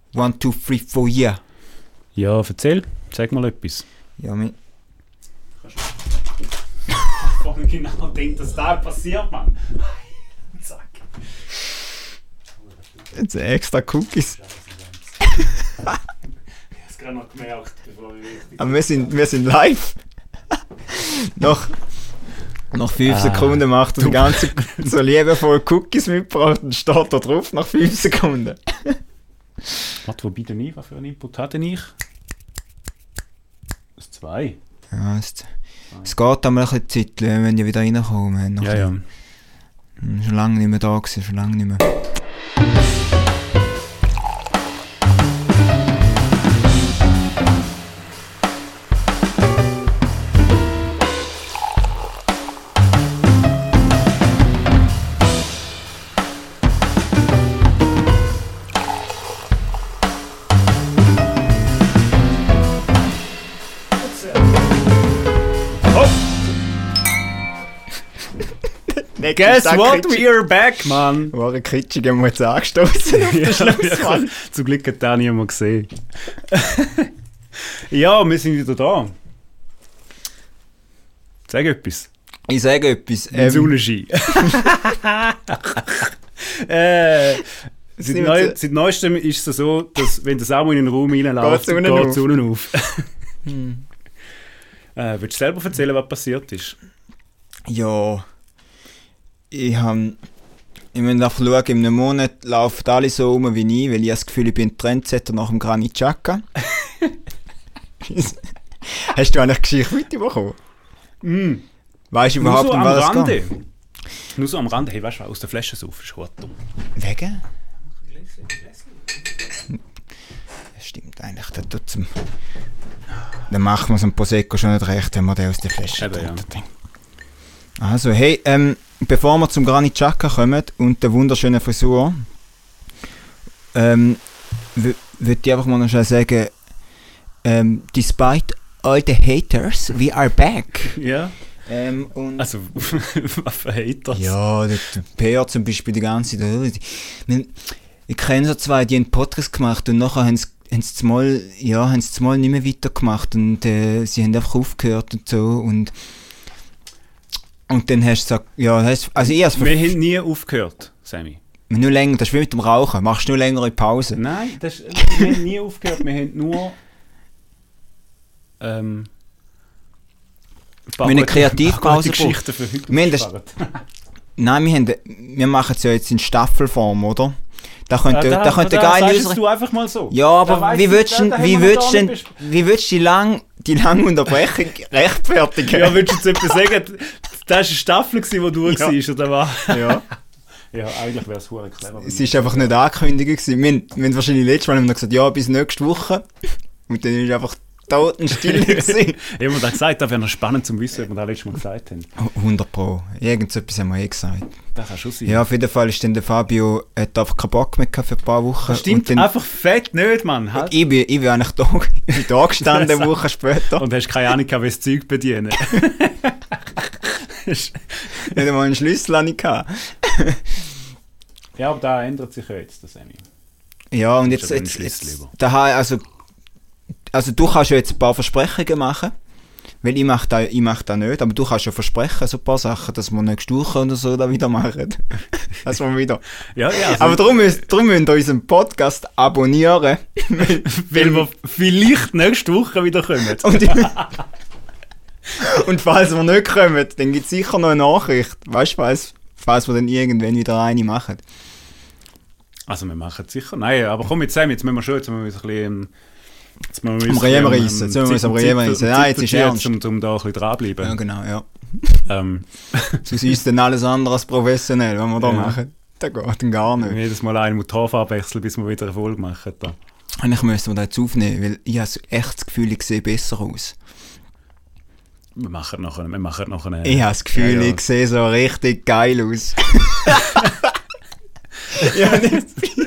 1, 2, 3, 4, yeah. Ja, erzähl. Sag mal etwas. Ja, mir... Ich genau denkt, dass das passiert, Mann. Zack. Jetzt extra Cookies. Ich habe es gerade noch gemerkt, bevor ich richtig... Aber wir sind live. Noch 5 Sekunden macht er die ganze so liebevoll Cookies mitgebracht und steht da drauf nach 5 Sekunden. Warte, wo bitte ich? Was für einen Input hatte ich? Das 2. Ja, es geht einmal ein bisschen Zeit, wenn ich wieder reinkomme. Ja. Schon lange nicht mehr da gewesen, schon lange nicht mehr. Guess what? We're back, man! Wahre Kitschig haben wir jetzt angestoßen auf den Schluss, Mann. Zum Glück hat da niemand gesehen. Ja, wir sind wieder da. Sag etwas. Ich sage etwas. Sonnenschein. Seit neuestem ist es so, dass wenn der Samu in den Raum reinläuft, geht die Sonne auf. Willst du selber erzählen, was passiert ist? Ja... Ich muss einfach schauen, in einem Monat laufen alle so rum wie ich, weil ich das Gefühl, ich bin Trendsetter nach dem Granit Xhaka. Hast du eigentlich Geschichte mitbekommen? Weißt du überhaupt, um was es geht? Nur so am Rande. Hey, weißt du, aus der Flasche saufen ist hart dumm. Wegen? Das stimmt eigentlich. Dann machen wir es am Prosecco schon nicht recht, wenn wir den aus der Flasche trinken. Also, hey, bevor wir zum Granit Xhaka kommen und der wunderschönen Frisur, würde ich einfach mal noch schnell sagen, despite all the haters, we are back. Ja. Und also, was für Haters? Ja, der PR zum Beispiel die ganze Zeit. Ich kenne so zwei, die einen Podcast gemacht und nachher haben sie mal nicht mehr weitergemacht und sie haben einfach aufgehört und so und dann hast du gesagt, ja, also wir haben nie aufgehört, Sammy. Nur länger, das ist wie mit dem Rauchen, machst du nur längere Pause. Nein, wir haben nie aufgehört, wir haben nur wir haben eine Kreativpause Geschichten für heute Nein, wir machen es ja jetzt in Staffelform, oder? Da könnte geil lösen. Du einfach mal so. Ja, aber wie willst du die lange Unterbrechung rechtfertigen? Ja, willst du jetzt etwas sagen? Das war eine Staffel, die du warst, oder was? Ja. Ja, eigentlich wäre es verdammt clever. Es war einfach nicht angekündigt. Wir haben wahrscheinlich letztes Mal gesagt, ja, bis nächste Woche. Und dann ist einfach totenstill gewesen. Ich habe mir da gesagt, das wäre noch spannend zu wissen, ob wir das letztes Mal gesagt haben. 100%. Irgendetwas haben wir gesagt. Das kann schon sein. Ja, auf jeden Fall ist dann der Fabio, hat einfach keinen Bock mehr für ein paar Wochen. Das stimmt, einfach fett nicht, Mann. Halt. Ich bin eigentlich da gestanden, eine Woche später. Und hast keine Ahnung, wie das Zeug bedienen. Nicht einmal einen Schlüssel hatte ich. Ja, aber da ändert sich ja jetzt, das Sammy. Ja, und jetzt also du kannst ja jetzt ein paar Versprechungen machen, weil ich mach das nicht, aber du kannst ja versprechen, so ein paar Sachen, dass wir nächste Woche oder so da wieder machen. Dass wir wieder... Ja, also aber darum müsst ihr unseren Podcast abonnieren. weil wir vielleicht nächste Woche wieder kommen. Und falls wir nicht kommen, dann gibt es sicher noch eine Nachricht. Weißt du, falls wir dann irgendwann wieder eine machen. Also wir machen es sicher. Nein, aber komm jetzt müssen wir schon, jetzt müssen wir ein bisschen... Am Riemen reissen. Jetzt ist ernst. Um da ein bisschen dranbleiben. Ja, genau, ja. Sonst ist dann alles andere als professionell, was wir da machen. Das geht dann gar nicht. Jedes Mal einen Motorfarbe wechseln, bis wir wieder eine Folge machen. Da. Eigentlich müssen wir das jetzt aufnehmen, weil ich habe echt das Gefühl, ich sehe besser aus. Wir machen noch eine... Ich habe das Gefühl, ich sehe so richtig geil aus. Ja, nicht...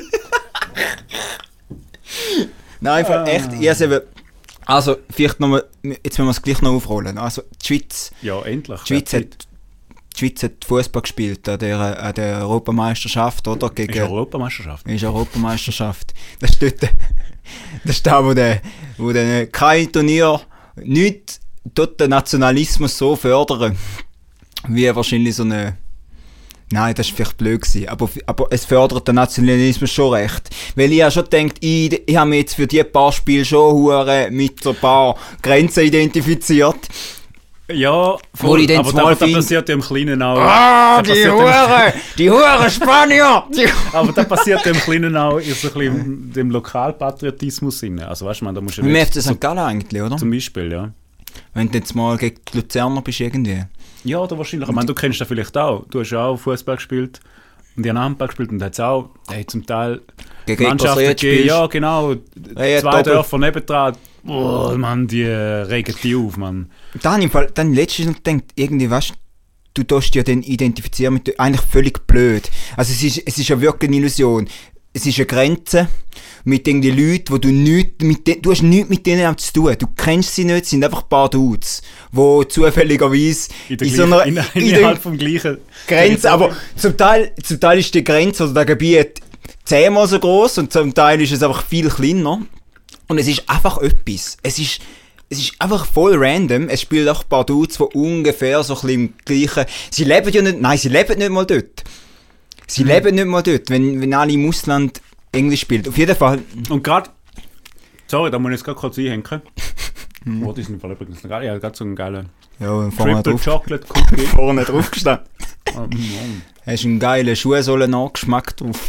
Nein, einfach echt. Also, vielleicht nochmal, jetzt müssen wir es gleich noch aufrollen. Also, die Schweiz. Ja, endlich. Die Schweiz hat die Schweiz hat Fußball gespielt an der Europameisterschaft, oder? Ist Europameisterschaft. Ist Europameisterschaft. Das ist dort, das ist da, wo dann kein Turnier nicht dort den Nationalismus so fördern, wie wahrscheinlich so eine... Nein, das war vielleicht blöd gewesen, aber es fördert den Nationalismus schon recht. Weil ich habe schon gedacht, ich habe mich jetzt für die paar Spiele schon mit so ein paar Grenzen identifiziert. Ja, voll, aber das passiert ja im Kleinen auch. Die Huren Spanier! Aber das passiert ja im Kleinen auch in so ein bisschen dem Lokalpatriotismus rein. Also weißt du, da musst du ja... Wie FC St. Gallen eigentlich, oder? Zum Beispiel, ja. Wenn du jetzt mal gegen die Luzerner bist irgendwie. Ja, oder wahrscheinlich. Ich meine, du kennst das vielleicht auch. Du hast ja auch Fußball gespielt und ich habe Handball gespielt und da hat es auch zum Teil gegen Mannschaften gegeben. Ja, genau. Hey, 2 Dörfer nebendran. Oh, Mann, die regen die auf, Mann. Dann letztens noch gedacht, irgendwie, weißt du tust dich ja dann identifizieren mit eigentlich völlig blöd. Also es ist ja wirklich eine Illusion. Es ist eine Grenze mit den Leuten, wo du hast nichts mit denen zu tun. Du kennst sie nicht, es sind einfach ein paar Dudes, die zufälligerweise innerhalb vom gleichen Grenze, aber zum Teil ist die Grenze oder der Gebiet 10-mal so groß und zum Teil ist es einfach viel kleiner. Und es ist einfach etwas. Es ist einfach voll random. Es spielen auch ein paar Dudes, die ungefähr so ein bisschen im gleichen... Sie leben nicht mal dort. Sie leben nicht mal dort, wenn alle im Ausland Englisch spielen. Auf jeden Fall. Und gerade... Sorry, da muss ich jetzt gerade kurz einhängen. Oh, die sind übrigens noch geil. Ja, gerade so einen geilen... Ja, vorne drauf. Chocolate Cookie. Vorne drauf gestanden. Oh, Mann. Hast einen geilen Schuhsohlen-Nachgeschmack drauf.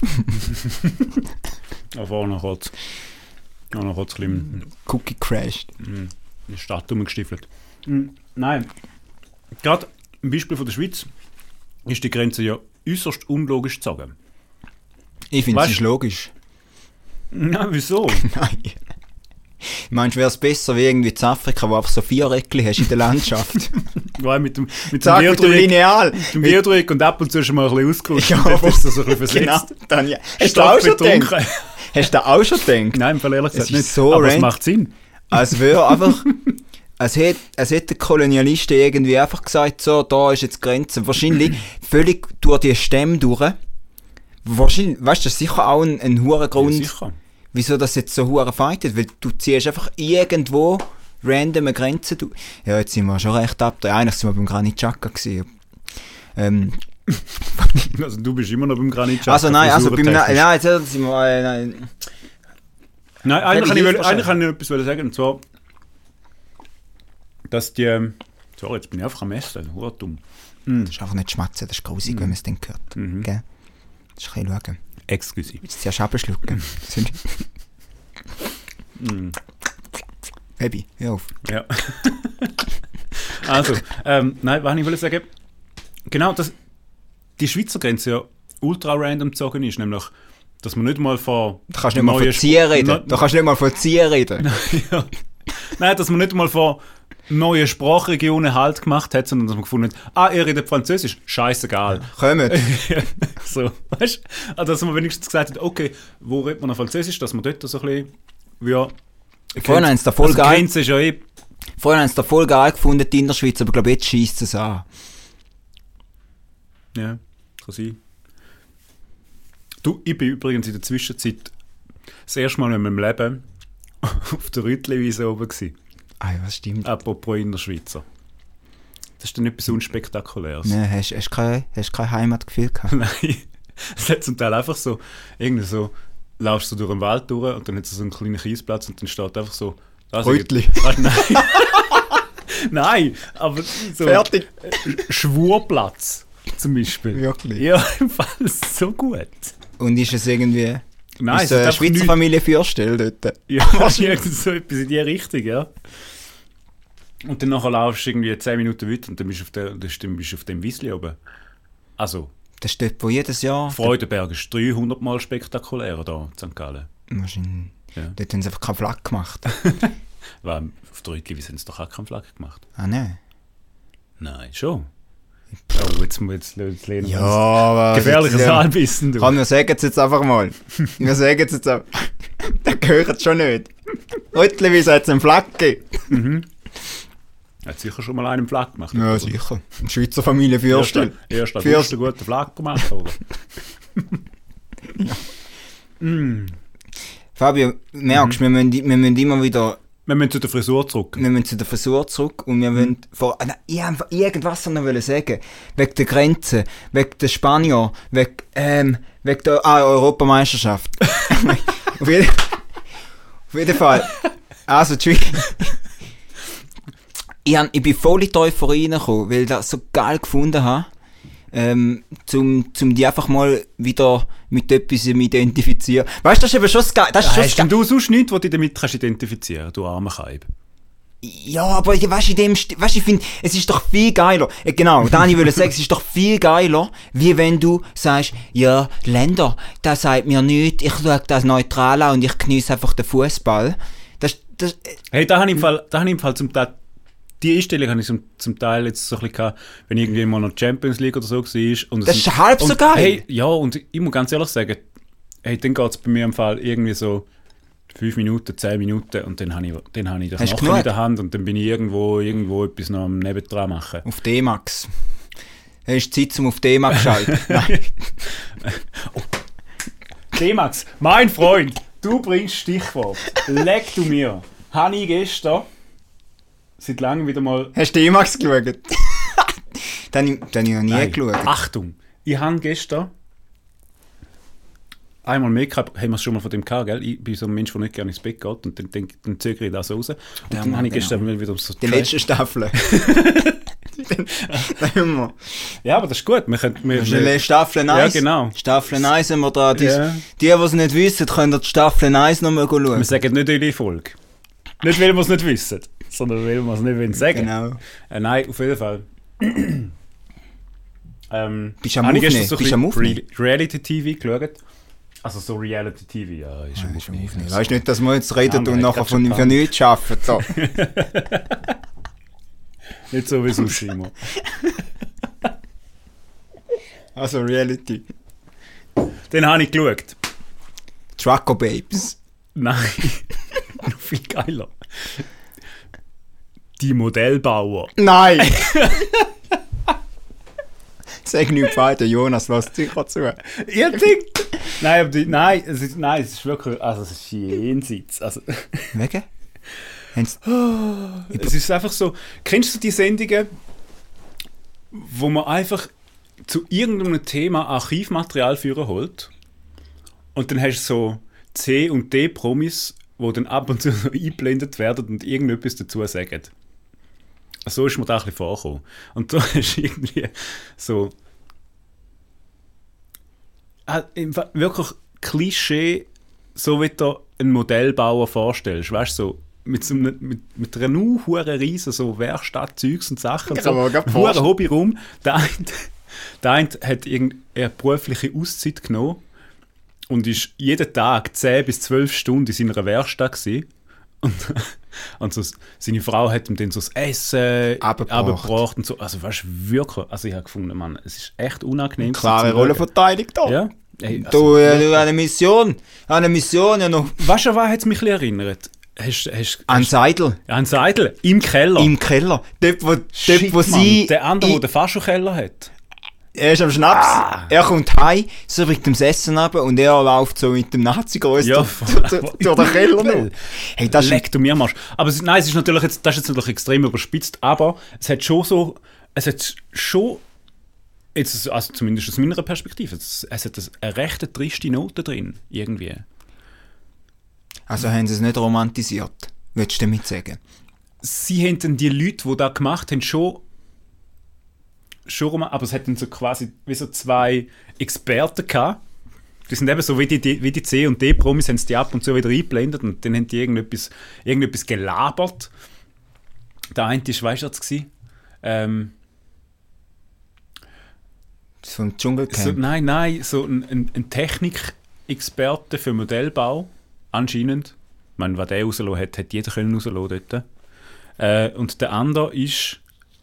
Ja, vorne kurz. Ja, noch kurz ein Cookie crashed. Die Stadt rumgestiefelt. Nein. Gerade im Beispiel von der Schweiz ist die Grenze ja äußerst unlogisch zu sagen. Ich finde, es ist logisch. Nein, wieso? Nein. Meinst du, wäre es besser wie irgendwie in Afrika, wo einfach so 4 Eckchen hast in der Landschaft? Ja, mit dem Lineal. Mit dem Bierdruck und ab und zu schon mal ein bisschen ausgerutscht. Ja, und dann ist das so ein bisschen genau, versetzt. Dann, ja. Hast du auch schon gedacht? Hast du auch schon gedacht? Nein, ehrlich gesagt nicht. So aber es macht Sinn. Als wäre einfach... Als hätte der Kolonialisten irgendwie einfach gesagt, so, da ist jetzt die Grenze. Wahrscheinlich völlig durch die Stämme durch. Wahrscheinlich, weißt du, das ist sicher auch ein hoher Grund, ja, wieso das jetzt so hoher fightet. Weil du ziehst einfach irgendwo random eine Grenze. Ja, jetzt sind wir schon recht ab. Eigentlich sind wir beim Granit Xhaka gewesen. Also du bist immer noch beim Granit Xhaka. Also nein, jetzt sind wir... Nein, eigentlich kann ich etwas sagen, und zwar, dass die... Sorry, jetzt bin ich einfach am Essen, dumm. Das ist einfach nicht schmatzen, das ist grausig, wenn man es dann hört. Gell? Das ist ein bisschen schauen. Excuse. Jetzt zuerst abschlucken. Baby, hör auf. Ja. Also, nein, was ich wollte sagen, genau, dass die Schweizer Grenze ja ultra random gezogen ist, nämlich, dass man nicht mal von... Da kannst du nicht mal von Ziehen reden. Ja. Nein, dass man nicht mal von neuen Sprachregionen Halt gemacht hat, sondern dass man gefunden hat, ihr redet Französisch, scheißegal. Kommt. So, weißt du? Also, dass man wenigstens gesagt hat, okay, wo redet man noch Französisch, dass man dort so ein bisschen, ja... Vorhin haben sie da voll geil... Grenze ist ja Vorhin haben sie da voll geil gefunden in der Schweiz, aber ich glaube, jetzt scheisst es an. Ja, kann sein. Du, ich bin übrigens in der Zwischenzeit das erste Mal in meinem Leben auf der Rütliwiese oben gewesen. Ah ja, das stimmt. Apropos in der Schweizer. Das ist dann etwas Unspektakuläres. Nein, hast du kein Heimatgefühl gehabt? Nein. Es hat zum Teil einfach so, irgendwie so, laufst du durch den Wald durch und dann hat es so einen kleinen Kiesplatz und dann steht einfach so... Rütli. Nein. Nein, aber so... Fertig. Schwurplatz zum Beispiel. Wirklich? Ja, im Fall so gut. Und ist es irgendwie... Nein, ist es eine Schweizer Familie Fürstell dort? Ja, wahrscheinlich so etwas in die Richtung, ja. Und dann nachher laufst du irgendwie 10 Minuten weiter und dann bist du auf dem Wiesli oben. Also... Das ist dort, wo jedes Jahr... Freudenberg ist 300 Mal spektakulärer da in St. Gallen. Wahrscheinlich. Ja. Dort haben sie einfach keine Flagge gemacht. Weil auf der Rütliwiese haben sie doch auch keine Flagge gemacht. Ah, nein? Nein, schon. Oh, jetzt lernen wir ja, gefährliches Halbwissen. Komm, wir sagen es jetzt einfach mal. Wir sagen es jetzt einfach. Das gehört schon nicht. Rütliwiese hat es eine Flagge. Hat sicher schon mal einen Flag gemacht. Ja, sicher. Schweizer Familie Fürstel. Erst einen guten Flag gemacht, oder? Fabio, merkst du, wir müssen immer wieder... Wir müssen zu der Frisur zurück. Wir müssen zu der Frisur zurück und wir wollen... Ich wollte irgendwas noch sagen. Wegen der Grenze, wegen der Spanier, wegen der Europameisterschaft. auf jeden Fall. Also, tschüss. Ich bin voll in die Euphorie reingekommen, weil ich das so geil gefunden habe, zum die einfach mal wieder mit etwas identifizieren. Weißt du, das ist eben schon das Geil. Hast du sonst nichts, was du damit identifizieren kannst, du armer Kaib? Ja, aber weißt du, ich finde, es ist doch viel geiler. Genau, Dani würde sagen, es ist doch viel geiler, wie wenn du sagst, ja, Länder, das sagt mir nichts, ich schaue das neutral an und ich genieße einfach den Fußball. Hey, da habe ich im Fall zum Teil, die Einstellung habe ich zum Teil jetzt so ein bisschen gehabt, wenn irgendwie mal noch Champions League oder so war. Und das ist halb so geil. Hey, ja, und ich muss ganz ehrlich sagen, hey, dann geht es bei mir im Fall irgendwie so 5 Minuten, 10 Minuten und dann habe ich das Knochen in der Hand und dann bin ich irgendwo etwas noch am nebendran machen. Auf D-Max. Hast du Zeit, um auf D-Max zu schalten? Oh. D-Max, mein Freund, du bringst Stichwort. Leg du mir. Habe ich gestern seit langem wieder mal... Hast du D-Max geschaut? Den habe ich noch nie geschaut. Achtung, ich habe gestern... Einmal mehr gehabt, haben wir es schon mal von dem gehabt, gell? Ich bin so ein Mensch, der nicht gerne ins Bett geht und dann zögere ich das raus. Und ja, dann habe ich gestern wieder so... Die letzte Staffel. Ja, aber das ist gut. Staffel 1. Ja, genau. Staffel 1 haben wir da. Die es nicht wissen, können die Staffel 1 noch mal schauen. Wir sagen nicht in die Folge. Nicht, weil wir es nicht wissen, sondern weil wir es nicht sagen. Genau. Nein, auf jeden Fall. Bist du am Aufnehmen? So Reality-TV geschaut. Also so Reality-TV, ja, ist am Aufnehmen. Weißt du nicht, dass wir jetzt reden und nachher für nichts arbeiten? So. Nicht so wie Sushima. Also Reality. Den habe ich geschaut. Trucker Babes. Nein, noch viel geiler. Die Modellbauer. Nein! Sag nichts weiter, Jonas, lässt sicher zu. Ihr denkt... Nein, es ist wirklich... Also es ist jenseits. Also, wegen? Es ist einfach so... Kennst du die Sendungen, wo man einfach zu irgendeinem Thema Archivmaterial führen holt und dann hast du so C- und D-Promis, die dann ab und zu so eingeblendet werden und irgendetwas dazu sagen. So ist mir da ein bisschen vorgekommen. Und da ist irgendwie so... wirklich Klischee, so wie du einen Modellbauer vorstellst. Weißt du, so mit einer huren riesen so Werkstattzeugs und Sachen. So huren Hobby rum. Der eine hat eine berufliche Auszeit genommen und ist jeden Tag 10 bis 12 Stunden in seiner Werkstatt gewesen. Und so, seine Frau hat ihm dann so das Essen abgebracht und so. Also weißt du, wirklich, also ich habe gefunden, Mann, es ist echt unangenehm. Klare Rollenverteilung da. Ja. Hey, also, du eine Mission ja noch. Weißt du, was hat es mich erinnert? An Seidel. An Seidel, im Keller. Im Keller. Dort, wo sie... Der andere, der den Faschokeller hat. Er ist am Schnaps, er kommt heim, so bringt ihm das Essen runter und er läuft so mit dem Nazi-Gruß durch den Keller. Hey, das leck du mir Marsch. Aber es ist natürlich jetzt, das ist jetzt natürlich extrem überspitzt, aber es hat schon, jetzt, also zumindest aus meiner Perspektive, es hat eine recht triste Note drin, irgendwie. Also haben sie es nicht romantisiert, willst du damit sagen? Sie haben dann die Leute, die das gemacht haben, schon, aber es hat dann so quasi wie so 2 Experten gehabt. Die sind eben so wie die C- und D-Promis, haben sie die ab und zu wieder eingeblendet und dann haben die irgendetwas gelabert. Der eine war, weißt du, was das war? Vom Dschungelcamp? So, nein, so ein Technikexperte für Modellbau, anscheinend. Ich meine, was der rausgelassen hat, hätte jeder können rauslassen dort. Und der andere ist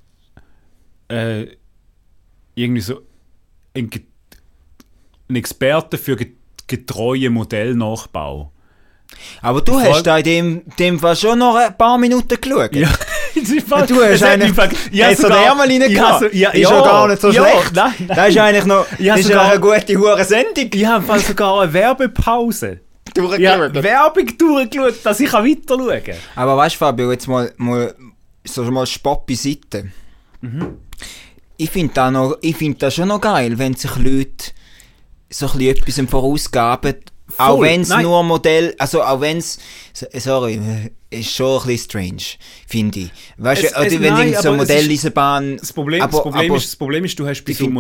irgendwie so ein Experte für getreuen Modellnachbau. Aber du hast da in dem Fall schon noch ein paar Minuten geschaut. Ja. Du hast eigentlich so den Ärmel reingehauen. Ist ja gar nicht so schlecht. Nein. Das ist eigentlich noch eine gute Hure-Sendung. Ich habe sogar eine Werbepause. Werbung durchgeschaut, dass ich weiter schauen kann. Aber weißt du, Fabio, jetzt mal Spott beiseite. Ich finde das schon noch geil, wenn sich Leute so ein bisschen etwas vorausgaben. Auch wenn es nur Modell, also auch wenn es, sorry, ist schon ein bisschen strange, finde ich. Weißt du, wenn so Modelleisenbahn... Das Problem ist, du hast bei so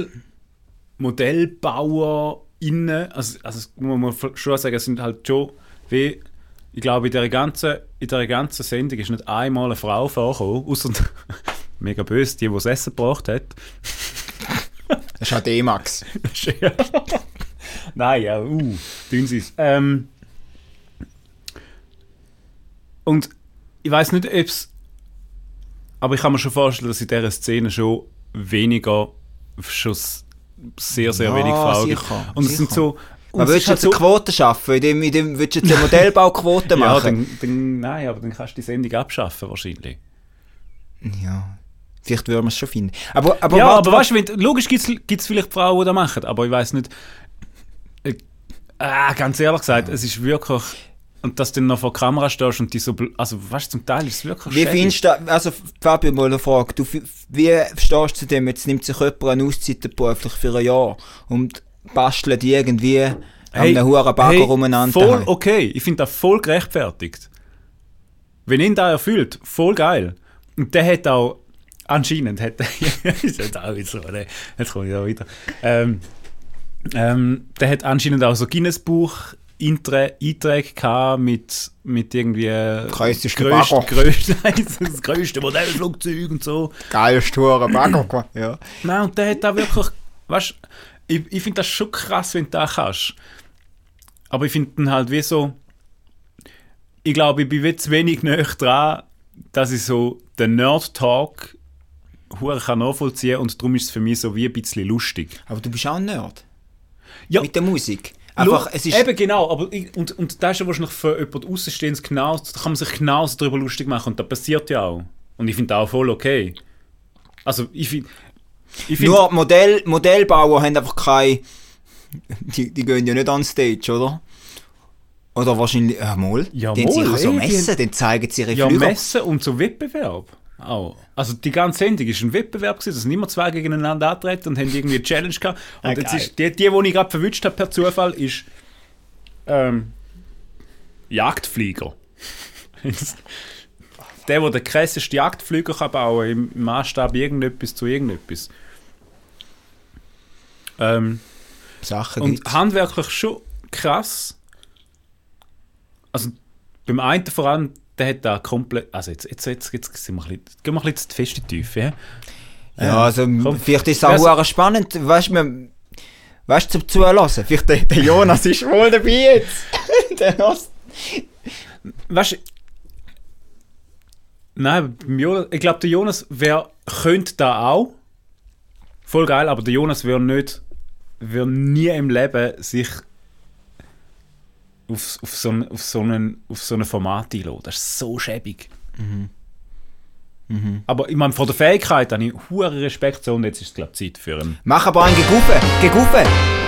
ModellbauerInnen, also muss man schon sagen, es sind halt schon, wie, ich glaube, in der ganzen Sendung ist nicht einmal eine Frau vorgekommen, außer mega böse, die das Essen gebracht hat. Das ist halt D-Max. Nein, ja, dünn sie es. Und ich weiss nicht, ob es. Aber ich kann mir schon vorstellen, dass in dieser Szene schon sehr, sehr wenig Frauen gibt. Und es sind so. Aber willst du jetzt eine Quote schaffen? In dem willst du jetzt eine Modellbauquote machen? Ja, nein, aber dann kannst du die Sendung abschaffen wahrscheinlich. Ja. Vielleicht würden wir es schon finden. Aber weißt du, logisch gibt es vielleicht Frauen, die das machen, aber ich weiss nicht. Ganz ehrlich gesagt, es ist wirklich. Und dass du dann noch vor der Kamera stehst und die so. Also, weißt du, zum Teil ist es wirklich Wie findest du, also Fabio, mal eine Frage. Wie stehst du zu dem? Jetzt nimmt sich jemand eine Auszeit beruflich für ein Jahr und bastelt irgendwie an einem huren Bagger umeinander. Voll okay. Ich finde das voll gerechtfertigt. Wenn ihn das erfüllt, voll geil. Und der hat auch. Anscheinend hat er. Jetzt komme ich da wieder. Der hat anscheinend auch so Guinness-Buch Einträge gehabt mit irgendwie das grösste Modellflugzeug und so. Geilste Bagger, ja. Nein, und der hat da wirklich, weißt, ich finde das schon krass, wenn du das kannst. Aber ich finde dann halt wie so, ich glaube, ich bin jetzt wenig näher dran, dass ich so den Nerd-Talk kann nachvollziehen kann und darum ist es für mich so wie ein bisschen lustig. Aber du bist auch ein Nerd. Ja. Mit der Musik. Einfach, es ist eben genau, aber und das ist ja wahrscheinlich für jemanden Außenstehendes genau, da kann man sich genauso darüber lustig machen und das passiert ja auch. Und ich finde das auch voll okay. Also ich finde... Nur Modellbauer haben einfach keine... Die gehen ja nicht on stage, oder? Oder wahrscheinlich... mal. Ja, die mal. Sich so messen, dann zeigen sie ihre Flügel. Ja, messen und so Wettbewerb. Auch. Also die ganze Sendung war ein Wettbewerb, dass nicht mehr zwei gegeneinander antreten und haben irgendwie eine Challenge gehabt. Und jetzt ist die ich gerade verwünscht habe per Zufall, ist Jagdflieger. Der den krassesten Jagdflieger kann bauen im Maßstab irgendetwas zu irgendetwas. Sachen und gibt's. handwerklich schon krass. Also beim einen vor allem, der hat da komplett. Also jetzt sind wir gehen wir ein bisschen zu fest in die Tiefe. Ja, also vielleicht ist es auch spannend, weißt du, zum Zuhören. Vielleicht der Jonas ist wohl dabei jetzt. Der Jonas. Weißt du, nein, ich glaube, der Jonas könnte da auch. Voll geil, aber der Jonas würde nie im Leben sich auf so ein Format einlassen. Das ist so schäbig. Aber ich meine, von der Fähigkeit habe ich hohen Respekt, und jetzt ist es, glaube ich, Zeit für ihn. Mach aber einen Geguffe!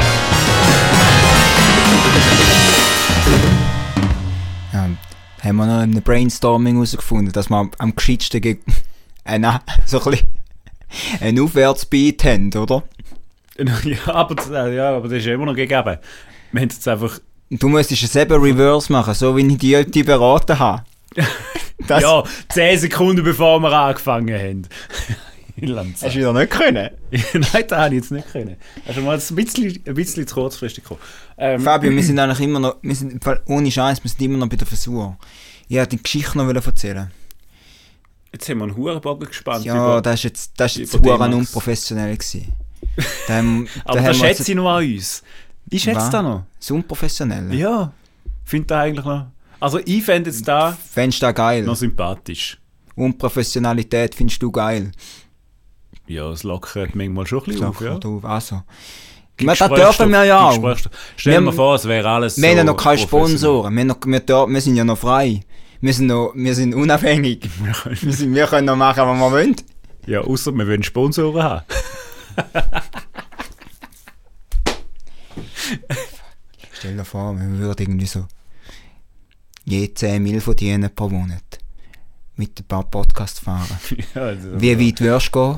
Ja, haben wir noch in einem Brainstorming herausgefunden, dass wir am gescheitsten so ein bisschen einen Aufwärtsbeat haben, oder? Ja, aber das ist immer noch gegeben. Wir haben jetzt einfach... Du müsstest es eben reverse machen, so wie ich die beraten habe. Ja, 10 Sekunden bevor wir angefangen haben. Hast du wieder nicht können? Nein, das habe ich jetzt nicht können. Hast du mal ein bisschen zu kurzfristig gekommen. Fabio, wir sind eigentlich immer noch, ohne Scheiß, wir sind immer noch bei der Versuch. Ich wollte die Geschichte noch erzählen. Jetzt haben wir einen Hurenbogen gespannt. Ja, das war jetzt Huren unprofessionell gewesen. Aber das schätze ich noch an uns. Ich schätze das noch. Das Unprofessionelle? Ja, finde das eigentlich noch... Also ich fände jetzt da... Fändest du das geil? Noch sympathisch. Unprofessionalität findest du geil? Ja, es lockert manchmal schon ein bisschen auf, ja. Also. Das dürfen wir ja auch. Stell dir mal vor, es wäre alles wir haben ja noch keine Sponsoren. Wir sind ja noch frei. wir sind unabhängig. Wir können noch machen, was wir wollen. Ja, außer wir wollen Sponsoren haben. Stell dir vor, wir würden irgendwie so je 10 Mil verdienen pro Monat. Mit ein paar Podcasts fahren. Ja, also wie weit würdest du gehen?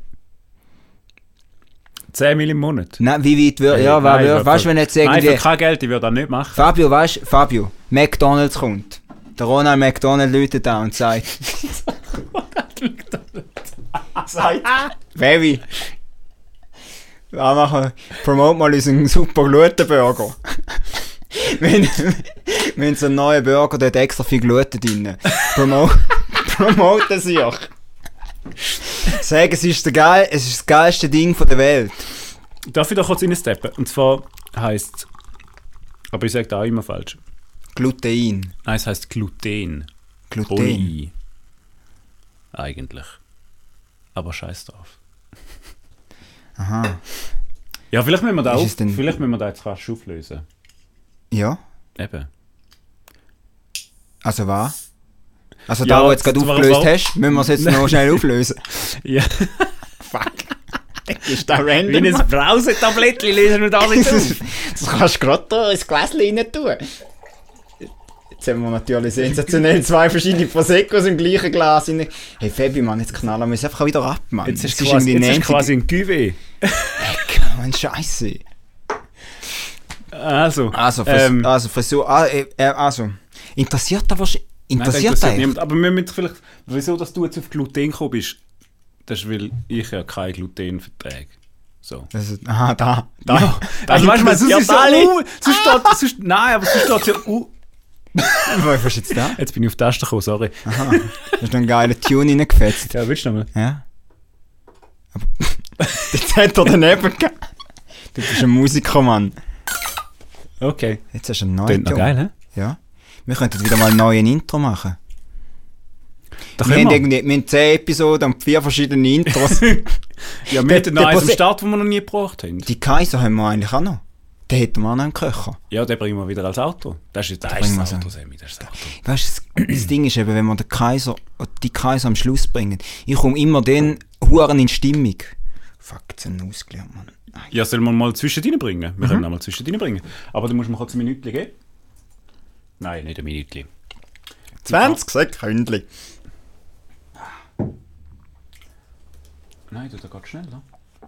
10 Mil im Monat? Nein, wie weit würdest du? Ja, weißt du, wenn jetzt irgendwie... Nein, für kein Geld, ich würde das nicht machen. Fabio, McDonalds kommt. Der Ronald McDonald läutet da und sagt... sagt... Baby... promote mal unseren super guten Burger. wir haben so einen neuen Burger, der hat extra viel Gluten drin. Promoten sie auch. Sagen, es ist das geilste Ding der Welt. Darf ich da kurz reinsteppen? Und zwar heisst, aber ich sage da auch immer falsch. Glutein. Nein, es heisst Gluten. Gluten. Eigentlich. Aber scheiß drauf. Aha. Ja, vielleicht müssen wir da jetzt rasch auflösen. Ja. Eben. Also was? Also ja, da, wo du jetzt gerade aufgelöst hast, müssen wir es jetzt noch schnell auflösen. Ja. Fuck. Ist da random? Wie ein Brausetablettchen lösen wir da nicht auf. Das kannst du gerade da ins Gläschen rein tun. Jetzt haben wir natürlich sensationell 2 verschiedene Proseccos im gleichen Glas. Hey Fabi, Mann, jetzt knallen wir es einfach wieder ab, Mann. Jetzt ist quasi ein Cuvée. Mann, Scheiße. Also, interessiert aber niemand. Aber wir müssen vielleicht, wieso dass du jetzt auf Gluten gekommen bist, das ist, weil ich ja kein Gluten verträge. So. Da. Ja, also weißt du, sonst ist es ja nein, aber sonst steht es ja Was ist jetzt da? Jetzt bin ich auf die Taste gekommen, sorry. Aha, hast du einen geilen Tune reingefetzt? Ja, willst du nochmal? Ja. Aber jetzt hat er daneben gegeben. Du bist ein Musiker, Mann. Okay. Jetzt hast du einen neuen Tune. Geil, hä? Ja. Wir könnten wieder mal einen neuen Intro machen. Wir haben 10 Episoden und 4 verschiedene Intros. Ja, wir hatten noch eins am Start, den wir noch nie gebraucht haben. Die Kaiser haben wir eigentlich auch noch. Den hätten wir auch noch einen Köcher. Ja, den bringen wir wieder als Auto. Das ist das Auto, Sammy. Weißt du, das Ding ist eben, wenn wir die Kaiser am Schluss bringen, ich komme immer den Huren in Stimmung. Fuck, jetzt haben wir ausgelernt, Mann. Ja, sollen wir mal zwischendrin bringen? Wir können auch mal zwischendrin bringen. Aber du musst mir kurz ein Minütchen geben. Nein, nicht ein Minütchen. 20 Sekunden. Nein, das geht schneller.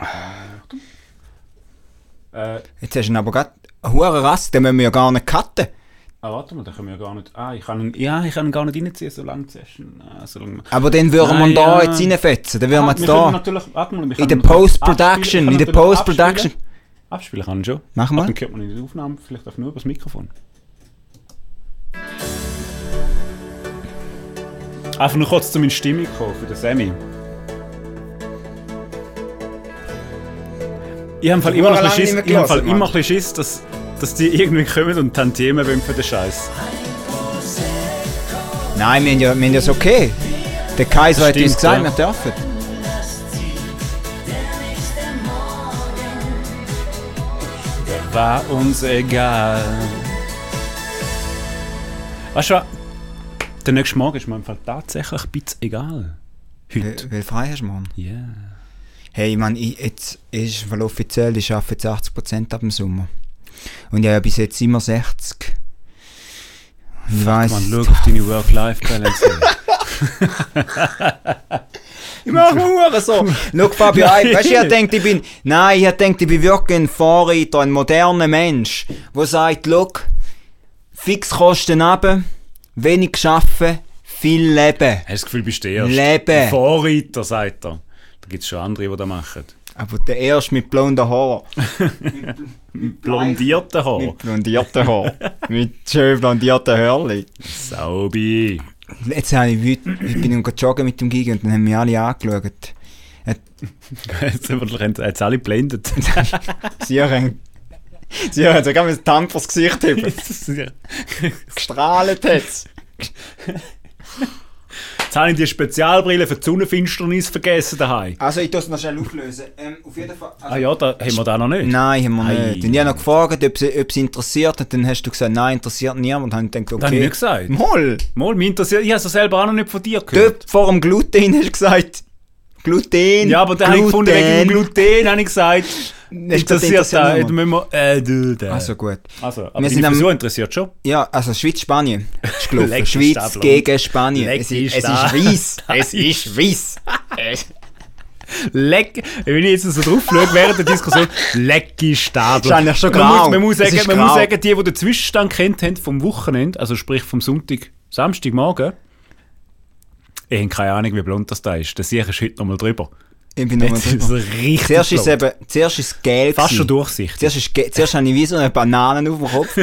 Jetzt hast du ihn aber gerade eine hure Rasse, den müssen wir ja gar nicht cutten. Warte mal, den können wir ja gar nicht... ich kann ihn gar nicht reinziehen, solange die Session... Aber den würden wir da jetzt reinfetzen, den würden wir jetzt da... Mal, in der Post-Production, Abspielen kann ich schon. Mach mal. Dann hört man in der Aufnahme vielleicht auch nur über das Mikrofon. Einfach nur kurz zu meiner Stimmung kommen, für den Sammy. Ich habe immer noch ein bisschen Schiss, dass die irgendwie kommen und Tantiemen wollen für den Scheiß. Nein, wir haben ja das okay. Der Kaiser hat uns gesagt, wir dürfen. War uns egal. Weißt du was? Der nächste Morgen ist mir im Fall tatsächlich ein bisschen egal. Heute. Weil frei hast, Mann? Ja. Yeah. Hey, Mann, jetzt ist es offiziell, ich arbeite jetzt 80% ab dem Sommer. Und ja, bis jetzt immer 60. Ich weiss. Man, schau auf deine Work-Life-Balance. Ich mache nur so. Schau, Fabio, weißt du, ich denke, ich bin wirklich ein Vorreiter, ein moderner Mensch, der sagt, schau, Fixkosten runter, wenig arbeiten, viel leben. Hast du das Gefühl, bist du der Leben. Vorreiter, sagt er. Da gibt es schon andere, die das machen. Aber der erste mit blonden Haaren. Mit blondierten Haaren. Mit blondierten Haaren. Mit schön blondierten Hörli. Saubi. Jetzt bin ich joggen mit dem Gigi und dann haben mich alle angeschaut. Jetzt haben alle geblendet. Sie haben sogar mit dem Tank vors Gesicht haben. Gestrahlt hat es. Jetzt habe ich die Spezialbrille für die Sonnenfinsternis vergessen daheim. Also ich muss es noch schnell auflösen. Auf jeden Fall... Also, ja, haben wir da noch nicht? Nein, haben wir nicht. Und ich habe noch gefragt, ob es interessiert. Und dann hast du gesagt, nein, interessiert niemand. Und dann habe ich gedacht, okay... Das habe ich nicht gesagt. Mal, mich interessiert... Ich habe es selber auch noch nicht von dir gehört. Dort vor dem Gluten hast du gesagt... Gluten. Ja, aber dann habe ich gefunden, wegen dem Gluten habe ich gesagt... Interessiert da, da müssen wir... Also gut. Also, aber die Frisur interessiert schon. Ja, also Schweiz-Spanien ist gelaufen. Schweiz gegen Spanien. Es ist weiss. Es ist weiss. Leck, wenn ich jetzt so drauf schaue, während der Diskussion, Lecki Stadler. Das ist eigentlich schon grau. Man muss sagen, die den Zwischenstand kennt haben vom Wochenende, also sprich vom Samstagmorgen, ich habe keine Ahnung, wie blond das da ist. Das sehe ich heute noch mal drüber. Ich bin nochmal so richtig zuerst ist es gelb. Fast schon durchsichtig. Zuerst hatte ich wie so eine Banane auf dem Kopf.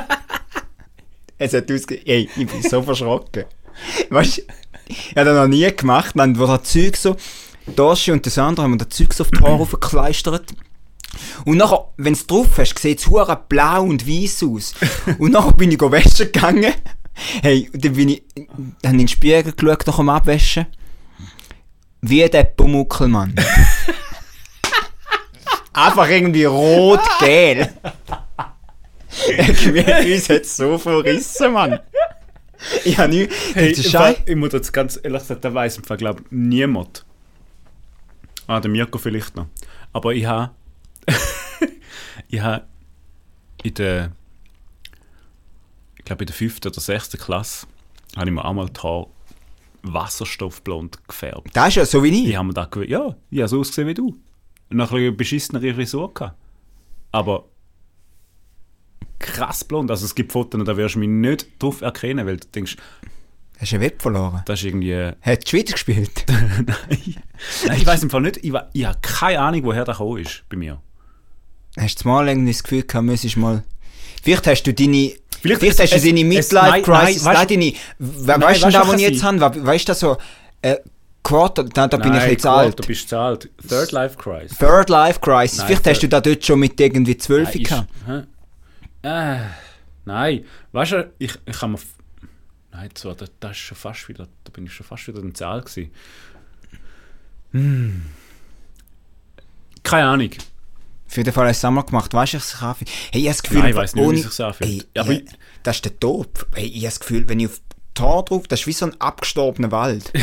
Es hat ausgesehen, ey, ich bin so verschrocken. Weißt du, ich habe das noch nie gemacht. Man, wo das Zeug so, Doschi und das andere haben das Zeug so auf die Haare aufgekleistert. Und nachher, wenn du es drauf hast, sieht es verdammt blau und weiss aus. Und nachher bin ich waschen gegangen. Hey, dann habe ich in den Spiegel geschaut, nach dem Abwaschen. Wie der Pumuckl-Mann. Einfach irgendwie rot-gel. Uns hat es so verrissen, Mann. Ich habe nie... Hey, ich muss jetzt ganz ehrlich sagen, der weiss im Fall, glaube ich, niemand. Der Mirko vielleicht noch. Aber ich habe... in der... Ich glaube, in der 5. oder 6. Klasse habe ich mir auch mal die Haare wasserstoffblond gefärbt. Das ist ja so wie ich. Ich habe so ausgesehen wie du. Und noch ein bisschen beschissenere Frisur gehabt. Aber krass blond. Also es gibt Fotos, da wirst du mich nicht drauf erkennen, weil du denkst... Hast du einen Web verloren? Das ist irgendwie... Hat die Schweiz gespielt? Nein, ich weiss im Fall nicht. Ich habe keine Ahnung, woher das gekommen ist bei mir. Hast du mal irgendwie das Gefühl gehabt, müsstest mal... Vielleicht hast du deine... Vielleicht hast du deine Midlife-Crisis. Weißt du, was ich jetzt habe? Weißt du, so... Quarter, da bin ich jetzt alt. Du bist zu alt. Third Life Crisis. Third Life Crisis. Vielleicht hast du da dort schon mit irgendwie 12 gehabt. Nein. Weißt du, ich kann mir... Nein, das ist schon fast wieder... Da bin ich schon fast wieder in der Zahl gewesen. Keine Ahnung. Auf jeden Fall hast du es einmal gemacht. Weißt du, ich es anfühle? Hey, ich habe das Gefühl... Nein, ich weiss nicht, wie sich anfühlt. Das ist der Tod. Hey, ich habe das Gefühl, wenn ich auf die Haare drauf... Das ist wie so ein abgestorbener Wald.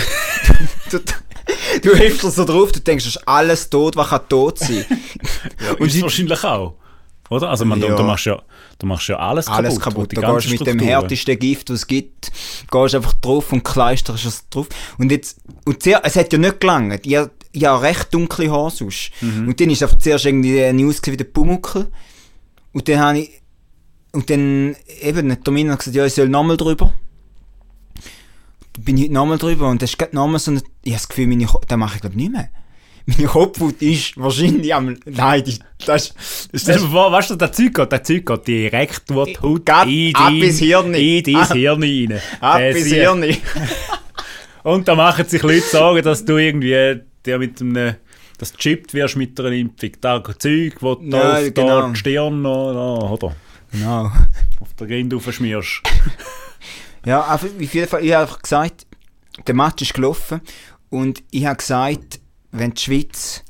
Du hilfst dir so drauf, du denkst, das ist alles tot, was kann tot sein. Ja, und ist wahrscheinlich auch. Oder? Also du machst ja alles kaputt. Du gehst mit dem härtesten Gift, was es gibt, gehst einfach drauf und kleisterst es drauf. Und es hat ja nicht gelangt. Ich habe recht dunkle Haare sonst. Und dann ist einfach zuerst irgendwie eine News wie der Pumuckl. Und dann habe ich... Und dann eben, der Domina hat gesagt, ja, ich soll nochmal drüber. Da bin ich heute nochmal drüber und das ist nochmal so eine... Ich habe das Gefühl, das mache ich glaube nicht mehr. Meine Kopfhaut ist wahrscheinlich am... Nein, das ist... Weißt du, der Zeug geht direkt durch die Haut ab ins Hirn. In dein Hirn rein. Ab ins Hirn. Und da machen sich Leute Sorgen, dass du irgendwie mit einem... dass du chippt wirst mit einer Impfung. Da Zeug, wo du auf die Stirn oder? Genau. Auf der Grind aufschmierst. Ja, auf jeden Fall, ich habe einfach gesagt, der Match ist gelaufen und ich habe gesagt, wenn die Schweiz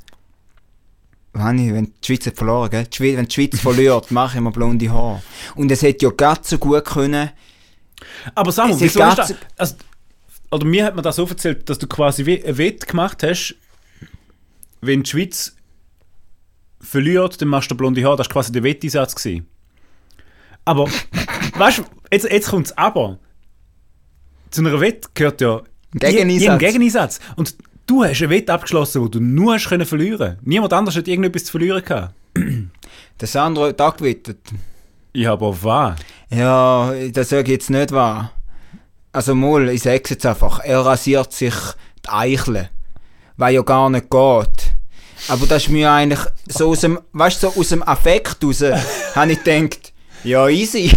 hat verloren, gell? Wenn die Schweiz verliert, mache ich mir blonde Haare. Und es hätte ja gerade so gut können. Aber Samu, wieso ist das? Also, oder mir hat man das so erzählt, dass du quasi wie ein Wett gemacht hast, wenn die Schweiz verliert, dann machst du blonde Haare. Das war quasi der Wetteinsatz gewesen. Aber, weißt du, jetzt kommt es aber. Zu einer Wette gehört ja ein Gegeneinsatz. Und du hast eine Wette abgeschlossen, wo du nur hast verlieren können. Niemand anders hat irgendetwas zu verlieren gehabt. Der Sandro hat auch gewettet. Ja, aber wahr? Ja, das sage ich jetzt nicht wahr. Also mal, ich sage es jetzt einfach. Er rasiert sich die Eichel, weil ja gar nicht geht. Aber das ist mir eigentlich so aus dem, weißt du, so aus dem Affekt raus, habe ich gedacht, ja easy.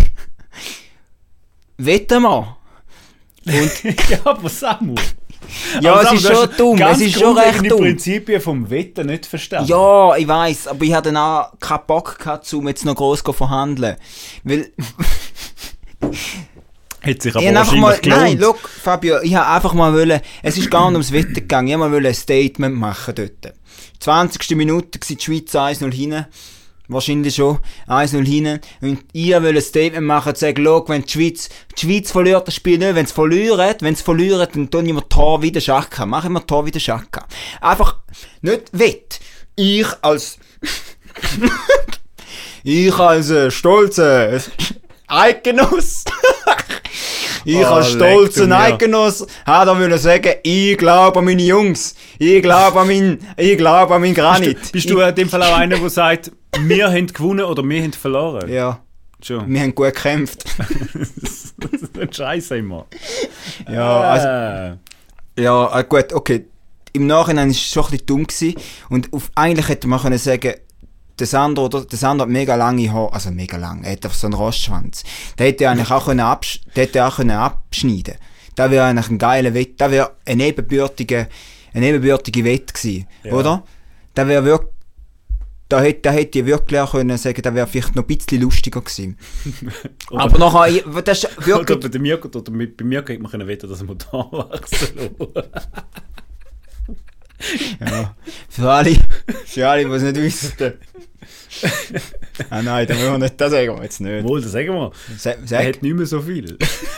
Wetten wir. Und ja, aber Samu. Ja, aber es ist schon dumm, es ist schon recht dumm. Die Prinzipien vom Wetten nicht verstanden. Ja, ich weiss, aber ich hatte dann auch keinen Bock gehabt, um jetzt noch gross zu verhandeln. Weil... Hat sich aber wahrscheinlich gelohnt. Nein, look, Fabio, ich habe einfach mal wollen, es ist gar nicht ums Wetter gegangen, ich wollte mal ein Statement machen dort. 20. Minute war die Schweiz 1-0 hinten. Wahrscheinlich schon 1-0 hinten. Und ich wollte ein Statement machen und sagen, look, wenn die Schweiz verliert das Spiel nicht, wenn sie verlieren, dann tue ich mir Tor wie der Schaka. Mache ich mir Tor wie der Schaka. Einfach nicht wett. Ich als stolzer Eidgenoss. Ich als stolzer Eidgenoss da will ich sagen, ich glaube an meine Jungs. Ich glaube an meinen Granit. Bist du in dem Fall auch einer, der sagt, wir haben gewonnen oder wir haben verloren? Ja. Schon. Wir haben gut gekämpft. Das ist ein Scheiß immer. Ja, also, ja, gut, okay. Im Nachhinein war es schon ein bisschen dumm gewesen. Und eigentlich hätte man können sagen, der Sandro hat mega lange Haare, also mega lang, er hat einfach so einen Rostschwanz. Der hätte eigentlich auch können abschneiden. Das wäre eigentlich ein geiler Wett, das wäre eine nebenbürtige Wett gewesen, oder? Das wäre wirklich, da hätte ich wirklich auch können sagen, das wäre vielleicht noch ein bisschen lustiger gewesen. Aber nachher, das ist wirklich... Oder bei mir könnte man können wetten, dass er Motor wachsen Ja, für alle, die es nicht wissen. Nein, das wollen wir nicht, das sagen wir jetzt nicht. Wohl, das sagen wir. Er hat nicht mehr so viel.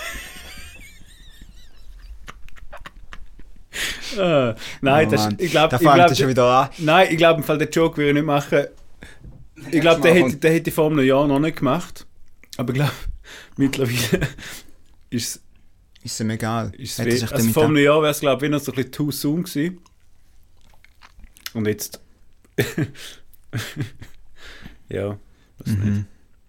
Nein, ich glaube... Da fängt er schon wieder an. Nein, ich glaube, im Fall den Joke will ich nicht machen. Ich glaube, der hätte vor einem Jahr noch nicht gemacht. Aber ich glaube, mittlerweile ist es ihm egal. Also vor einem Jahr wäre es, glaube ich, noch so ein bisschen too soon gewesen. Und jetzt... ja, das nicht.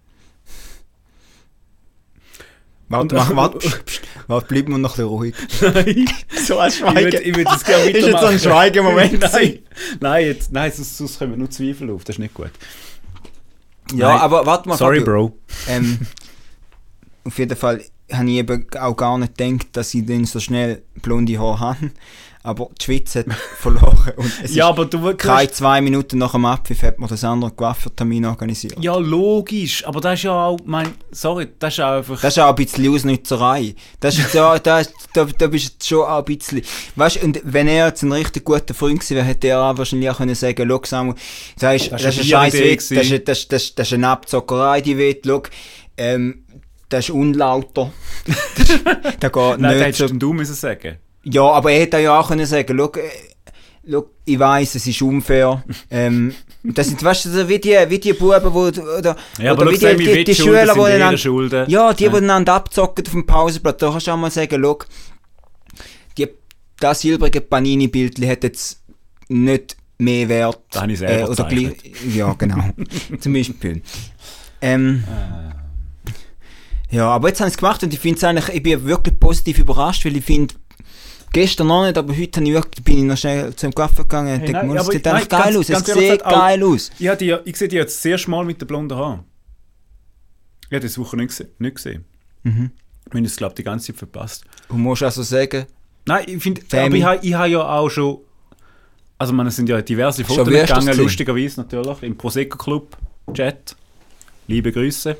Warte, bleiben wir noch ein bisschen ruhig. Nein. So ein Schweigen. Ich würde das gerne weitermachen. Ist jetzt so ein Schweigemoment? Nein, sonst kommen nur Zweifel auf, das ist nicht gut. Ja, nein. Aber warte mal. Sorry, Fabio. Bro. Auf jeden Fall habe ich eben auch gar nicht gedacht, dass ich dann so schnell blonde Haare habe. Aber die Schweiz hat verloren. Und es ja, ist aber du keine 2 Minuten nach dem Abpfiff hat man das andere Coiffeur-Termin organisiert. Ja, logisch. Aber das ist ja auch, das ist auch einfach... Das ist auch ein bisschen Ausnützerei. Das ist ja, da bist du schon auch ein bisschen... Weißt du, und wenn er jetzt ein richtig guter Freund gewesen wäre, hätte er auch wahrscheinlich auch können sagen, schau, Samuel, das ist ein scheiß Weg, das ist eine Abzockerei, die Wett, schau, das ist unlauter. Das geht nein, nicht. Hättest du müssen sagen. Ja, aber er hätte ja auch können sagen, schau, ich weiss, es ist unfair. Das sind, weißt du, wie die Buben, oder wie die Schüler, die einander abzocken auf dem Pausenplatz. Da kannst du auch mal sagen, schau, das silbrige Panini-Bildchen hat jetzt nicht mehr Wert. Das habe ich selber oder ja, genau. Zum Beispiel. Ja, aber jetzt habe ich es gemacht und ich finde es eigentlich, ich bin wirklich positiv überrascht, weil ich finde, gestern noch nicht, aber heute bin ich noch schnell zum Kaffee gegangen und denke, es sieht eigentlich geil aus. Es sieht geil aus. Ich sehe dich jetzt das erste Mal mit den blonden Haaren. Ich habe das Woche nicht gesehen. Mhm. Ich habe es, glaube ich, die ganze Zeit verpasst. Und musst du also sagen? Nein, ich finde, aber ich habe ja auch schon, also es sind ja diverse Fotos gegangen, lustigerweise natürlich, im Prosecco Club Chat. Liebe Grüße.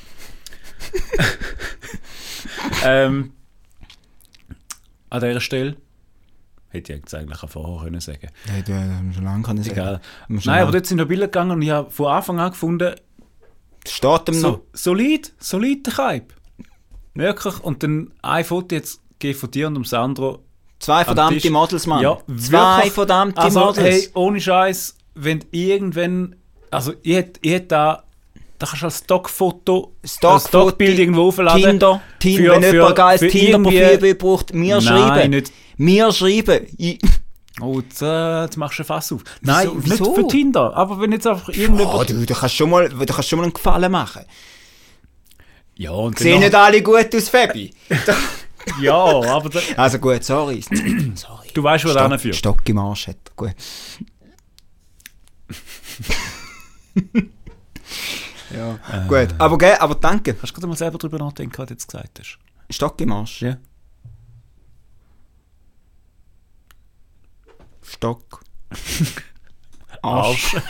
An dieser Stelle hätte ich jetzt eigentlich auch vorher können sagen. Ja, du hast schon lange können sagen. Egal. Nein, aber dort sind noch Bilder gegangen und ich habe von Anfang an gefunden, steht ihm noch. Solid der Kaib. Wirklich. Und dann ein Foto jetzt von dir und dem Sandro. 2 verdammte Models, Mann. Ja, 2 verdammte Models. Hey, ohne Scheiß, wenn irgendwann, also ich hätte da kannst du als Stockbild irgendwo aufladen. Tinder, wenn jemand geiles Tinder-Profil braucht, mir schreiben. Mir schreiben. Oh, jetzt machst du ein Fass auf. Nein, nicht für Tinder, aber wenn jetzt einfach irgendjemand... Du kannst schon mal einen Gefallen machen. Ja, und sehen nicht alle gut aus, Fabi? Ja, aber... Also gut, sorry. Du weißt, wo der hinführt. Stock im Arsch hat, gut. Ja, gut. Aber danke. Hast du gerade mal selber darüber nachdenken, was du jetzt gesagt hast? Stock im Arsch? Ja. Stock. Arsch.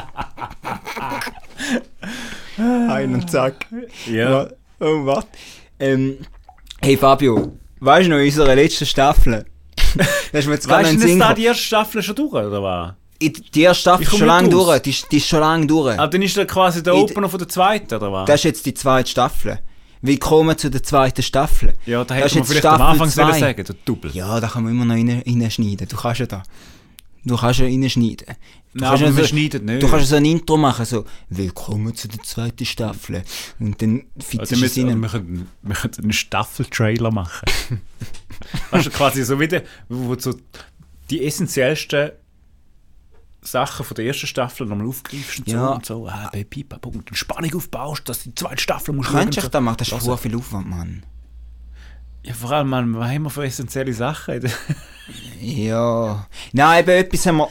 Ein und zack. Ja. Oh, was? Hey Fabio, weißt du noch, in unserer letzten Staffel? Das ist mir jetzt gar nicht Weißt du, da die erste Staffel schon durch, oder was? Die erste Staffel ist schon lange durch. Die ist schon lange durch. Aber dann ist das quasi der Opener von der zweiten, oder was? Das ist jetzt die zweite Staffel. Willkommen zu der zweiten Staffel. Ja, da hätte man vielleicht am Anfang sagen, der Double. Ja, da kann man immer noch reinschneiden. Du kannst ja reinschneiden. Nein, aber wir schneiden nicht. Du kannst so ein Intro machen, so «Willkommen zu der zweiten Staffel». Und dann findest du es rein. Wir können einen Staffeltrailer machen. Weißt du, quasi so wieder, wo so die essentiellsten Sachen von der ersten Staffel nochmal aufgreifst und so. Und dann Spannung aufbaust, dass die zweite Staffel musst du schauen. Könntest du das machen? Das ist viel Aufwand, Mann. Ja, vor allem, Mann, was haben wir für essentielle Sachen? Ja. Nein, eben etwas haben wir...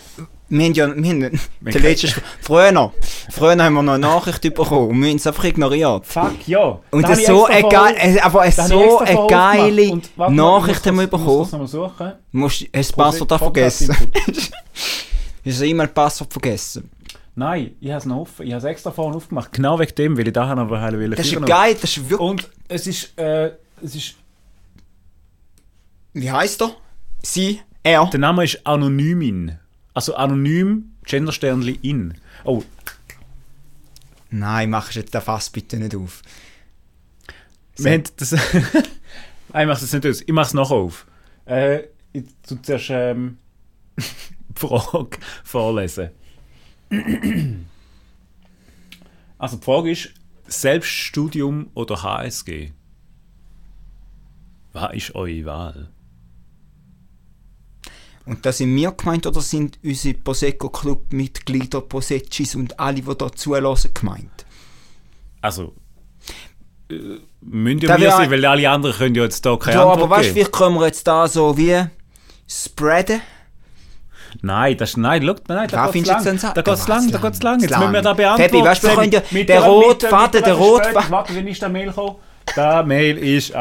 Früher haben wir noch eine Nachricht bekommen und wir haben es einfach ignoriert. Fuck, ja. Und das so eine geile Nachricht haben wir bekommen. Du hast das Passwort vergessen. Du hast das E-Mail-Passwort vergessen. Nein, ich habe es noch offen. Ich habe es extra vorhin aufgemacht. Genau wegen dem, weil ich da noch will. Das ist geil, das ist wirklich... Und es ist... Wie heisst er? Sie? Er? Der Name ist Anonymin. Also anonym, Gendersternli in. Oh. Nein, mach jetzt den Fass bitte nicht auf. Wir haben das... Nein, ich mache es nicht aus. Ich mache es nachher auf. Ich tue zuerst die Frage vorlesen. Also die Frage ist, Selbststudium oder HSG? Was ist eure Wahl? Und das sind wir gemeint oder sind unsere Prosecco-Club-Mitglieder, Proseccis und alle, die da zulassen, gemeint? Also, müssen wir sein, weil alle anderen können ja jetzt da keine Antwort aber weißt du, vielleicht können wir jetzt da so wie spreaden? Nein, da geht es lang. Jetzt müssen wir da beantworten. Fabi, weißt du, wir können ja der rote Faden. Warte, wenn ist der Mail gekommen? Der Mail ist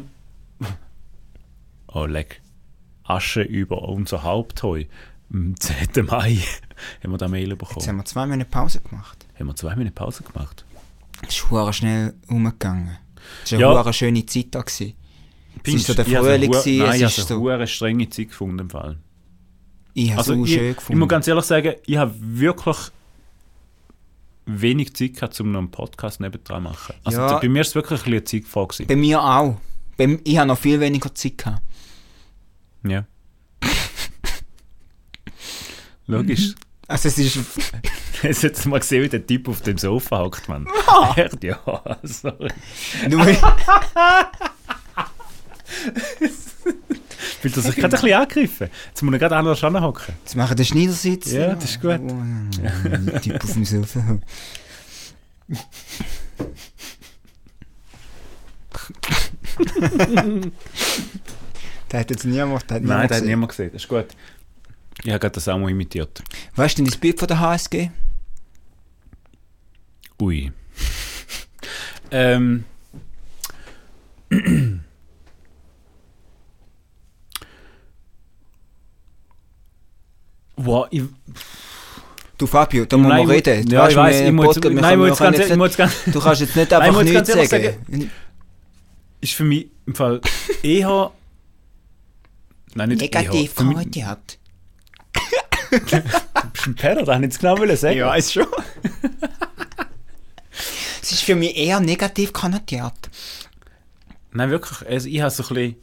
oh, leck. Asche über unser Hauptheu. Am 10. Mai haben wir da Mail bekommen. Jetzt haben wir 2 Minuten Pause gemacht. Das ist verdammt schnell umgegangen. Es war eine schöne Zeit da. Es war so der Frühling. Nein, ich habe eine strenge Zeit gefunden im Fall. Ich habe es so schön gefunden. Ich muss ganz ehrlich sagen, ich habe wirklich wenig Zeit gehabt, um noch einen Podcast nebendran zu machen. Also bei mir war es wirklich ein bisschen Zeit gewesen. Bei mir auch. Ich habe noch viel weniger Zeit gehabt. Ja. Logisch. Also es ist... Hast du jetzt mal gesehen, wie der Typ auf dem Sofa hockt, Mann? Ja, sorry. Fühlt er sich gerade ein bisschen angegriffen? Jetzt muss er gerade anders anhocken. Jetzt machen wir den Schneidersitz. Ja, das ist gut. Der Typ auf dem Sofa. Der hat jetzt niemand gesehen. Nein, der hat niemand gesehen. Das ist gut. Ich habe gerade das auch mal imitiert. Weißt du denn das Bild von der HSG? Ui. Wow, du Fabio, da muss man reden. Ja, ich weiss, du kannst jetzt nicht einfach nichts sagen. Ist für mich im Fall eher... Nein, nicht negativ konnotiert. Du bist ein Perro, das wollte ich jetzt genau sagen. Ja, ist schon. Es ist für mich eher negativ konnotiert. Nein, wirklich. Also ich habe so ein bisschen...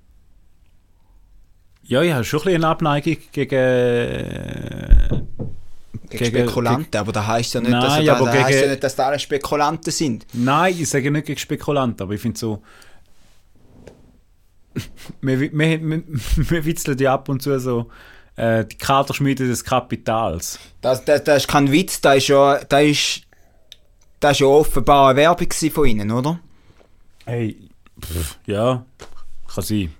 Ja, ich habe schon ein bisschen eine Abneigung gegen Spekulanten, aber das heisst ja nicht, dass da alle Spekulanten sind. Nein, ich sage nicht gegen Spekulanten, aber ich finde so... wir witzeln ja ab und zu so die Kaderschmiede des Kapitals. Das ist kein Witz, das ist ja offenbar eine Werbung von ihnen, oder? Hey, ja, kann sein.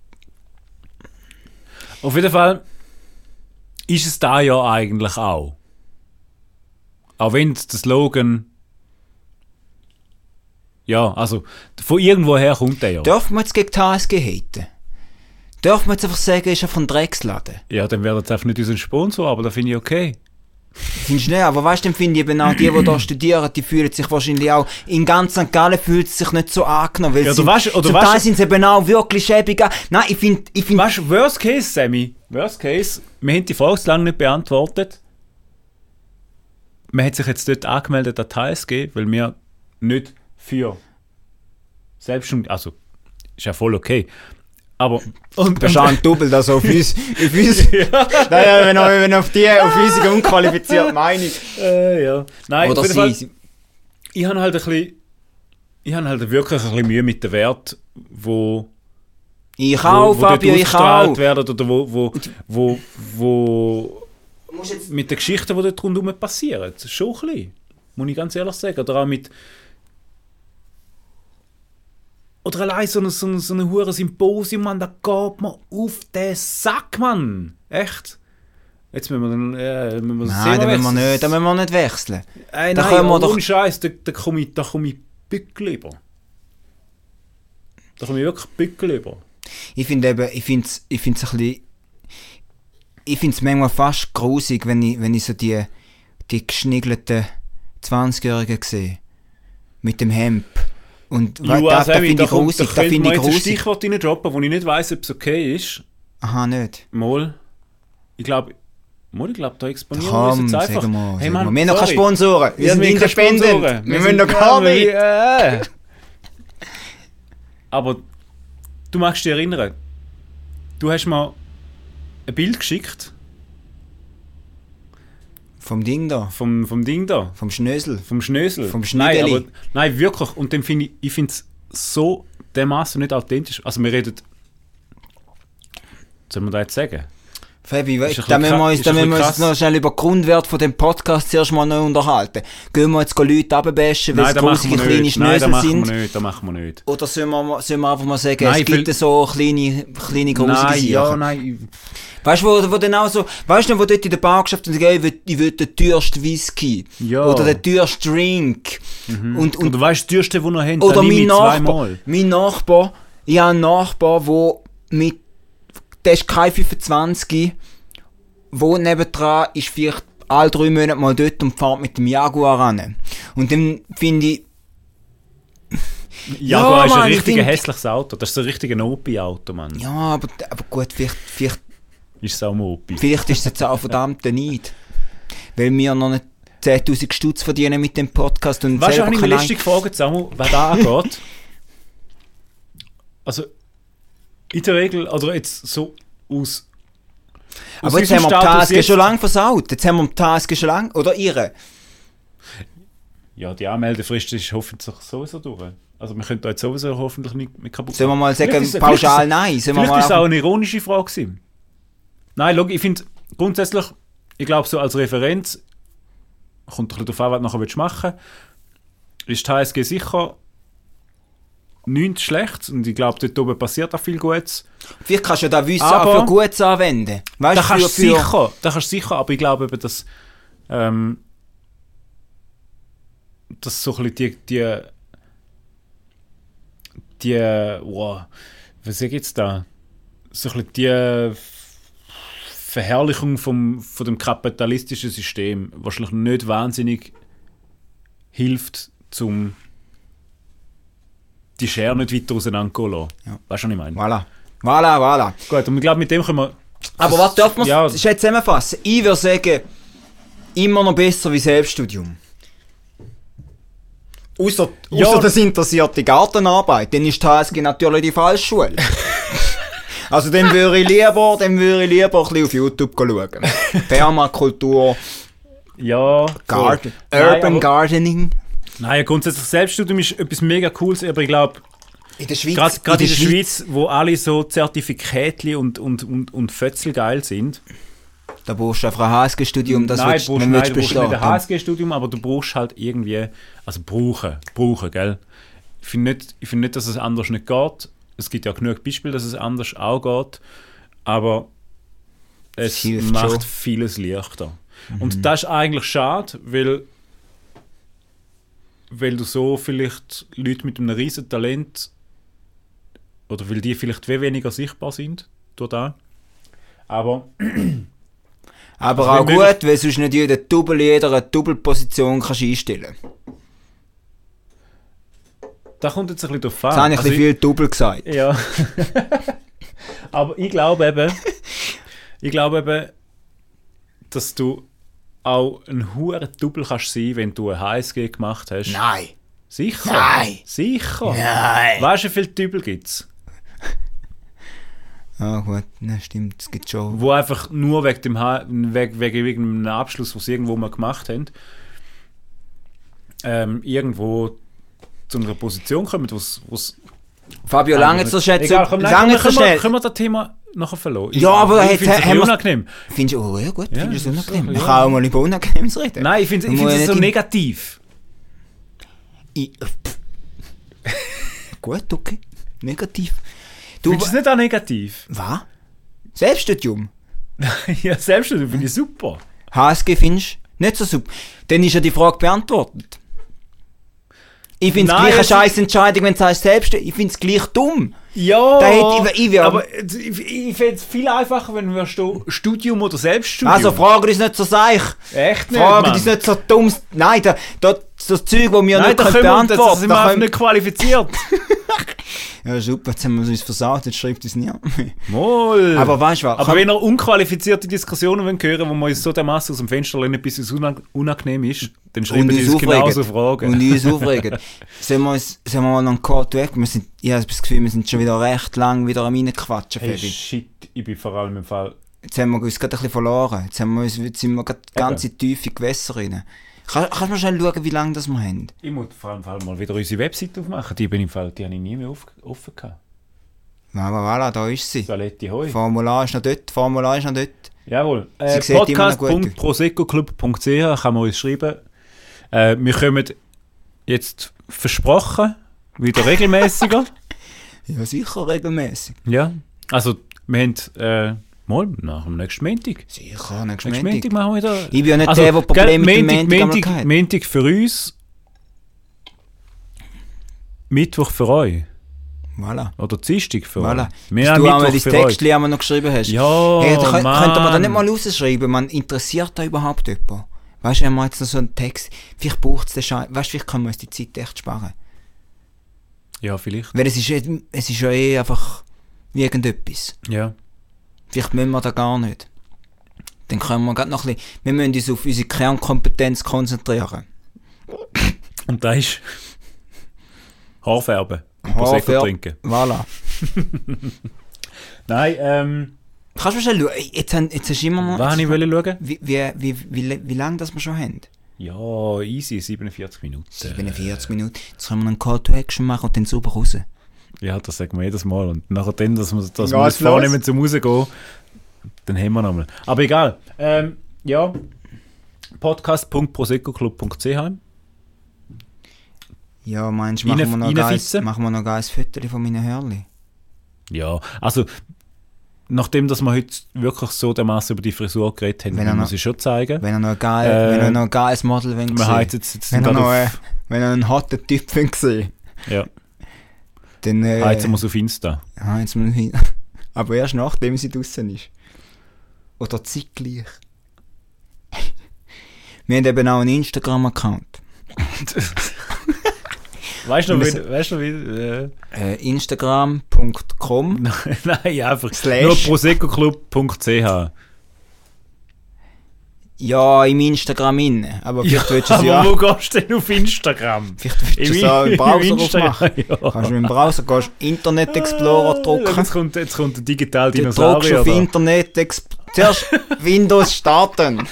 Auf jeden Fall ist es da ja eigentlich auch. Auch wenn der Slogan... Ja, also von irgendwoher kommt der ja. Dürfen wir jetzt gegen die HSG haten? Dürfen wir jetzt einfach sagen, ist er von Drecksladen? Ja, dann wäre das einfach nicht unser Sponsor, aber das finde ich okay. Findest du nicht? Aber weißt du, dann finde ich eben auch die da studieren, die fühlen sich wahrscheinlich auch, in ganz St. Gallen fühlt es sich nicht so angenommen, weil zum Teil sind sie eben auch wirklich schäbig. Nein, ich finde... Weißt du, Worst Case, Sammy, Worst Case, wir haben die Frage lange nicht beantwortet. Man hat sich jetzt dort angemeldet an die HSG, weil wir nicht für Selbstständig, also ist ja voll okay. Aber und wahrscheinlich doppelt das auf uns. Naja, wenn auf unsere unqualifizierte Meinung. Ja. Nein, oder sie. Ich habe halt wirklich ein bisschen Mühe mit dem Wert, wo ich auch, Fabio, ich auch. Werden oder wo mit den Geschichten, die dort rundherum passieren. Das ist schon ein bisschen, muss ich ganz ehrlich sagen. Oder auch mit oder allein so eine hure Symposium, Mann, da geht man auf den Sack, Mann. Echt? Jetzt müssen wir dann... Nein, da müssen wir nicht wechseln. Nein, ohne Scheiß, da komme ich Bückel über. Da komme ich wirklich Bückel über. Ich finde es manchmal fast grusig, wenn ich so die geschniggelten 20-Jährigen sehe. Mit dem Hemd. Und da finde ich grusig. Da finde ich grusig. Ein Stichwort droppen, wo ich nicht weiss, ob es okay ist. Aha, nicht? Mal. Ich glaube, da exponieren wir uns jetzt einfach. Hey, Mann, wir haben noch keine Sponsoren. Wir sind independent. Wir müssen noch gar nicht. Aber du magst dich erinnern, du hast mir ein Bild geschickt. Vom Ding da? Vom Ding da? Vom Schnösel? Vom Schnösel? Nein, wirklich. Und dann finde ich es so dermaßen nicht authentisch. Also wir reden... Was soll man da jetzt sagen? Fabi, da müssen wir uns noch schnell über den Grundwert von dem Podcast zuerst mal noch unterhalten. Gehen wir jetzt Leute runterbashen, weil es grusige kleine Schnösel sind? Nein, das machen wir nicht. Oder sollen wir einfach mal sagen, es gibt so kleine grusige Sachen? Nein. Weißt du, wo dann auch so, weißt du, wo dort in der Bar geschafft haben, ich will den teuersten Whisky. Ja. Oder den teuersten Drink. Mhm. Und oder weißt du, das teuerste, das wir haben, oder mein Nachbar, ich habe einen Nachbar, der ist kein 25, wohnt nebendran, ist vielleicht alle 3 Monate mal dort und fährt mit dem Jaguar ran. Und dann finde ich... Jaguar ist ein richtig hässliches Auto. Das ist so ein richtiges Opi-Auto, Mann. Ja, aber gut, vielleicht... Ist es auch ein Opi. Vielleicht ist es jetzt auch verdammt nicht. Weil wir noch nicht 10'000 Stutz verdienen mit dem Podcast. Und weißt du, habe ich mir letzte gefragt, Samuel, wer da angeht? Also... In der Regel, oder jetzt so aus aber jetzt haben wir die Taske schon lange versaut. Jetzt haben wir die Taske schon lange, oder ihre? Ja, die Anmeldefrist ist hoffentlich sowieso durch. Also wir können da jetzt sowieso hoffentlich nicht mit kaputt. Sollen wir mal sagen, pauschal nein? Vielleicht war es auch eine ironische Frage gewesen. Nein, schau, ich finde grundsätzlich, ich glaube so als Referenz, kommt ein bisschen darauf an, was du nachher machen willst, ist die HSG sicher nichts Schlechtes und ich glaube, dort oben passiert auch viel Gutes. Vielleicht kannst du ja das Wissen auch für Gutes anwenden. Weißt, das kannst du sicher, aber ich glaube eben, dass so ein bisschen was sag ich jetzt da? So ein bisschen die Verherrlichung von dem kapitalistischen System wahrscheinlich nicht wahnsinnig hilft, zum die Schere nicht weiter auseinandergehen lassen. Ja. Weißt du, was ich meine? Voilà. Gut, und ich glaube, mit dem können wir... Aber was darf man zusammenfassen? Ich würde sagen, immer noch besser wie Selbststudium. Ausser das interessiert die Gartenarbeit, dann ist die HSG natürlich die falsche Schule. Also dann würde ich lieber ein bisschen auf YouTube schauen. Permakultur, ja, Urban Gardening. Nein, grundsätzlich Selbststudium ist etwas mega Cooles, aber ich glaube, gerade in der Schweiz, wo alle so Zertifikate und Fötzel geil sind. Da brauchst du einfach ein HSG-Studium, das willst du nicht ein HSG-Studium, aber du brauchst halt irgendwie, also brauchen, gell? Ich finde nicht, dass es anders nicht geht. Es gibt ja genug Beispiele, dass es anders auch geht, aber es macht schon vieles leichter. Mhm. Und das ist eigentlich schade, weil du so vielleicht Leute mit einem riesen Talent oder weil die vielleicht weniger sichtbar sind durch das. Aber Aber auch gut, weil sonst nicht jeder Double jeder Doppelposition kannst einstellen. Da kommt jetzt ein bisschen drauf an. Das habe ich ein bisschen viel Double gesagt. Ja. Aber ich glaube eben, dass du auch ein hoher Double kannst sein, wenn du ein HSG gemacht hast. Nein. Sicher? Nein. Sicher? Nein. Weißt du, wie viele Double gibt es? Ah gut, ne, stimmt, es gibt schon. Wo einfach nur wegen einem Abschluss, was sie irgendwo mal gemacht haben, irgendwo zu einer Position kommen, was Fabio, lange zur Schätzung. Können wir das Thema nachher verloren? Ja, aber ich finde es unangenehm. Findest du, ja gut, Ja, findest du es unangenehm? ja. Man kann auch mal über Unangenehmes reden. Nein, ich finde es so negativ. Gut, okay. Negativ. Du findest es nicht auch negativ? Was? Selbststudium? Ja, Selbststudium finde ich super. HSG findest du nicht so super. Dann ist ja die Frage beantwortet. Ich finde es gleich eine scheiß Entscheidung, wenn du sagst Selbststudium. Ich finde es gleich dumm. Ja, aber ich fände es viel einfacher, wenn wir Studium oder Selbststudium. Also fragen uns nicht so seich. Echt nicht, fragen uns nicht so dumm. Nein, das Zeug, das wir nicht beantworten können. Da sind wir einfach nicht qualifiziert. Ja, super, jetzt haben wir uns versaut, jetzt schreibt uns niemand mehr. Moll. Aber weißt du was? Aber wenn ihr unqualifizierte Diskussionen hören wollt, wo man uns so dermassen aus dem Fenster lehnen, bis es unangenehm ist, dann schreiben wir uns genauso Fragen. Und uns aufregen. Sollen wir mal noch einen Call to Action? Ich habe das Gefühl, wir sind schon wieder recht lang wieder am Reinquatschen. Hey, shit, ich bin vor allem im Fall... Jetzt haben wir uns gerade ein bisschen verloren. Jetzt sind wir gerade ganz in tiefe Gewässer rein. Kannst du mal schnell schauen, wie lange das wir haben? Ich muss vor allem mal wieder unsere Webseite aufmachen. Die habe ich nie mehr offen gehabt. Voilà, da ist sie. Saletti Hoi. Formular ist noch dort. Jawohl. Podcast.prosecoclub.ch kann man uns schreiben. Wir kommen jetzt versprochen wieder regelmäßiger. Ja, sicher regelmäßig. Ja. Also, wir haben... Mal, nach dem nächsten Montag. Sicher, nächsten Montag machen wir wieder. Ich bin ja nicht der Probleme mit dem Montag. Montag für uns, Mittwoch für euch. Voilà. Oder Dienstag für voilà. euch. Wir haben du einmal Mittwoch dein für Textchen einmal noch geschrieben hast. Ja, hey, könnt ihr da nicht mal rausschreiben, man interessiert da überhaupt jemand? Weißt du, wenn man jetzt noch so einen Text, vielleicht braucht es den Scheiß, weißt du, vielleicht können wir uns die Zeit echt sparen. Ja, vielleicht. Weil es ist ja einfach irgendetwas. Ja. Vielleicht müssen wir da gar nicht. Dann können wir gerade noch ein bisschen... Wir müssen uns auf unsere Kernkompetenz konzentrieren. Und das ist... Haarfärben. Und Prosecco trinken. Voilà. Nein, kannst du schnell schauen? Jetzt hast du immer noch... Was wollte ich schauen? Wie lange das wir schon haben? Ja, easy, 47 Minuten. 47 Minuten. Jetzt können wir einen Call to Action machen und dann sauber raus. Ja, das sagen wir jedes Mal. Und nachher dann, dass wir uns vornehmen zum Rausgehen, dann haben wir nochmal. Aber egal. Ja, podcast.prosecoclub.ch. Ja, meinst du, machen wir noch ein Foto von meinen Hörli? Ja, also nachdem dass wir heute wirklich so dermaßen über die Frisur geredet haben, müssen wir sie schon zeigen. Wenn er noch ein geiles Model will sehen. Wenn er einen hotten Typ will. Ja. Dann heizen wir es auf Insta. Aber erst nachdem sie draußen ist. Oder zeitgleich. Wir haben eben auch einen Instagram-Account. Weißt du wie? Instagram.com. Nein, einfach nur prosecoclub.ch. Ja, im Instagram inne. Aber vielleicht willst du es ja. Aber wo gehst du denn auf Instagram? Vielleicht willst du es auch im Browser aufmachen. Ja. Kannst du im Browser Internet Explorer drucken. Jetzt kommt der Digital Dinosaurier. Du drückst auf Internet zuerst Windows starten.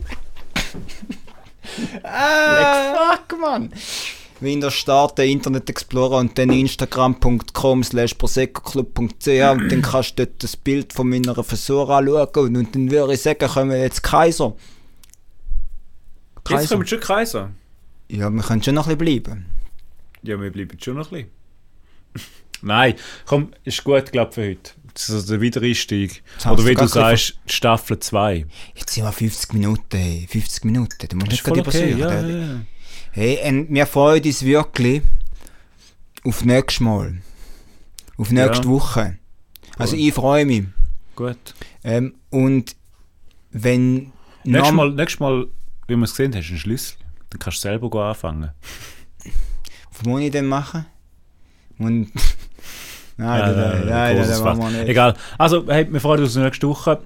Fuck, Mann. Windows starten, Internet Explorer und dann instagram.com/prosecoclub.ch und dann kannst du dort das Bild von meiner Frisur anschauen und dann würde ich sagen, kommen wir jetzt Kaiser. Jetzt kommen wir schon Kaiser. Ja, wir können schon noch ein bisschen bleiben. Ja, wir bleiben schon noch ein bisschen. Nein, komm, ist gut, glaube ich, für heute. Das ist der Wiedereinstieg. Oder wie du sagst, Staffel 2. Jetzt sind wir 50 Minuten. 50 Minuten, da musst du nicht gerade übersehen. Ja. Hey, wir freuen uns wirklich auf nächstes Mal. Auf nächste Woche. Also ich freue mich. Gut. Und wenn Nächstes Mal, wie wir es gesehen haben, hast du einen Schlüssel. Dann kannst du selber anfangen. Was muss ich denn machen? Nein, das machen wir nicht. Egal. Also, hey, wir freuen uns auf nächste Woche.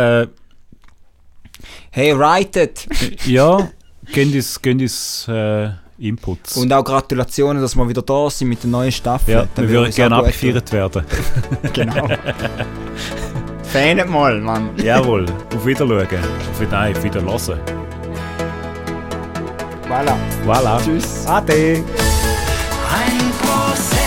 Hey, writet! Ja, gehen uns Inputs. Und auch Gratulationen, dass wir wieder da sind mit der neuen Staffel. Ja, wir würden gerne abgefeiert werden. Genau. Fanet mal, Mann. Jawohl, auf Wiederschauen. Auf Wiederhören. Voilà. Voilà. Tschüss. Ade. Ein großes